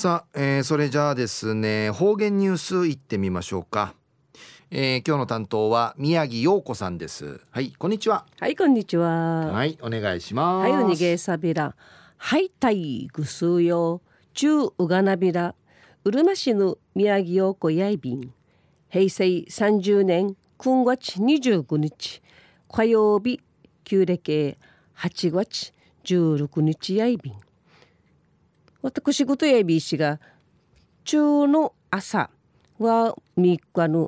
さあ、それじゃあですね、方言ニュースいってみましょうか。今日の担当は宮城陽子さんです。はい、こんにちは。 はい、こんにちは。 はい、お願いしはい、うにげます。 さびら。はい、たいぐすうよ。中うがなびら。うるま市の宮城陽子やいびん。平成30年9月29日。火曜日、旧暦8月16日やいびん。私事やいびいしが、中の朝は3日の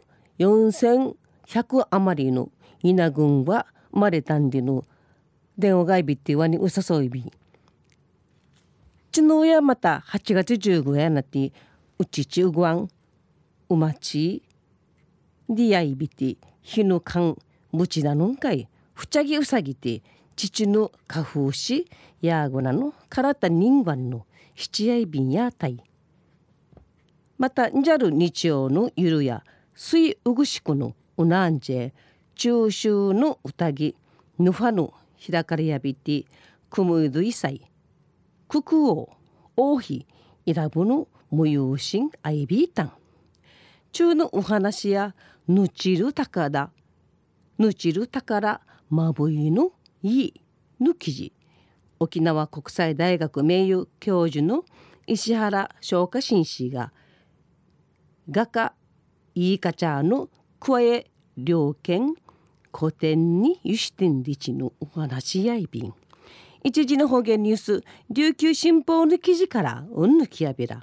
4100余りの稲群は生まれたんでの電話がいびってわにうさそういびちのやまた8月15やなってうちちうぐわんうまちりやいびてひぬかんむちなのんかいふちゃぎうさぎて父の花風しやごなのからた人間の七やいびんやたいまたんじゃる日曜のゆるや水うぐしくのうなんじえ中秋のうたぎぬファのひだかりやびてくむいどいさいくくおおひいらぶのむゆうしんあいびいたん中のお話やぬちるたかだぬちるたからまぶいのいいぬきじ沖縄国際大学名誉教授の石原翔歌紳士が画家いいかちゃのくわえ両県古典にゆしてんりちのお話やいびん一時の方言ニュース琉球新報の記事からうんぬきやびら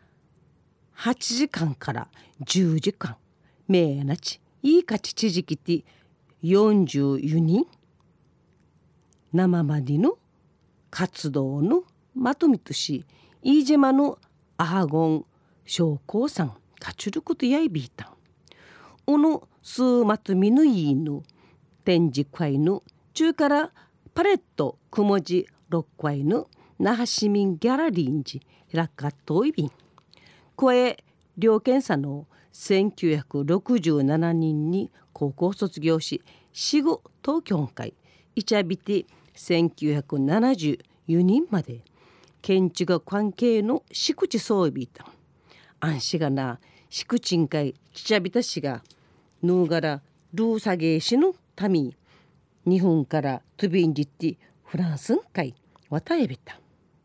8時間から10時間めいなちいいかちちじきて44人生までの活動のまとめとし飯島のアハゴン将校さんかちゅることやいびいたんおのすうまとみぬいの展示会の中からパレットくもじ6階の那覇市民ギャラリーンジ開かっといびんこえ両県差の1967人に高校卒業し死後東京会いちゃびて1974人まで建築関係の敷地装備た安心がな敷地ん会ちちゃびたしがぬうがらルーサゲーシのため日本からトゥビンジッティフランスん会わたえびた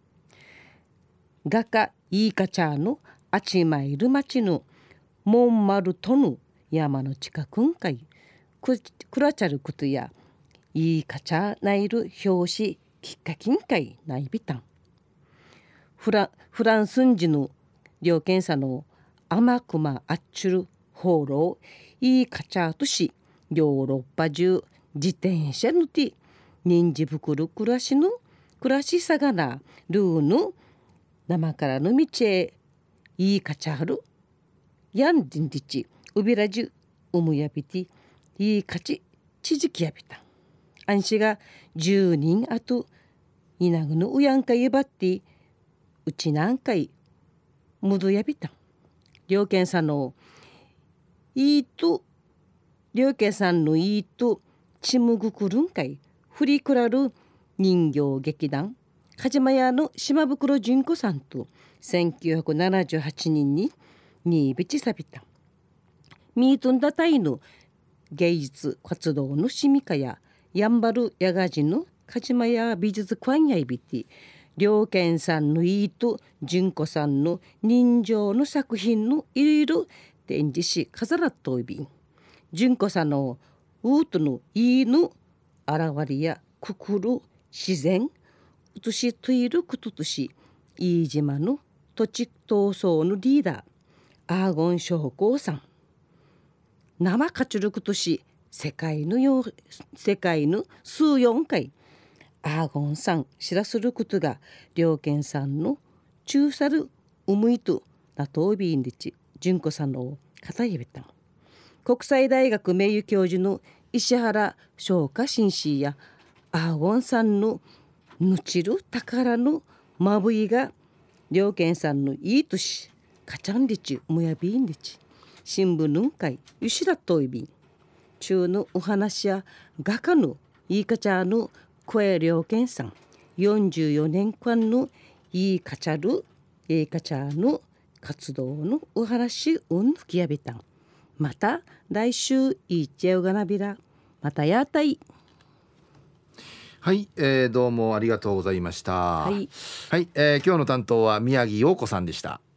画家いいかちゃのあちまいる町のモンマルトの山の近くん会くらちゃることやいいかちゃないる表紙きっかけん会ないびたんフランスんじの両県差の甘くまあっちゅる放浪いいかちゃとしヨーロッパ中自転車のて人参袋暮らしの暮らしさがなルーの生からの道へいいかちゃるやんじんりちうびらじゅうむやびていいかちちじきやびたあんしが10人あといなぐのうやんかいばってうちなんかいむどやびた両県さんのいいと両家さんのいいとちむぐくるんかい振りくらる人形劇団かじまやの島袋純子さんと1978人ににびちさびたミートンダタイの芸術活動のしみかややんばるやがじのかじまや美術館やいびて両県さんのいいと純子さんの人情の作品のいろいろ展示し飾らっといびん純子さんのウートのいいの現れやくくる自然うとしといることとし飯島の土地闘争のリーダーアーゴン将校さん生活力とし世界の数4回アーゴンさん知らすることが両県さんの中さるうむいとなとびんでち純子さんの方やべた国際大学名誉教授の石原翔歌紳士やアーゴンさんのぬちる宝のまぶいが両県さんのいい年かちゃんりちむやびんりち新聞ぬんかいゆしらといびん中のお話や画家のいいかちゃの声両県さん44年間のいいかちゃるカチャーの活動のお話うんぬきやびたん。また来週いっちゃうがなびら。またやったい。 はい、どうもありがとうございました。 はい、 はい、今日の担当は宮城陽子さんでした。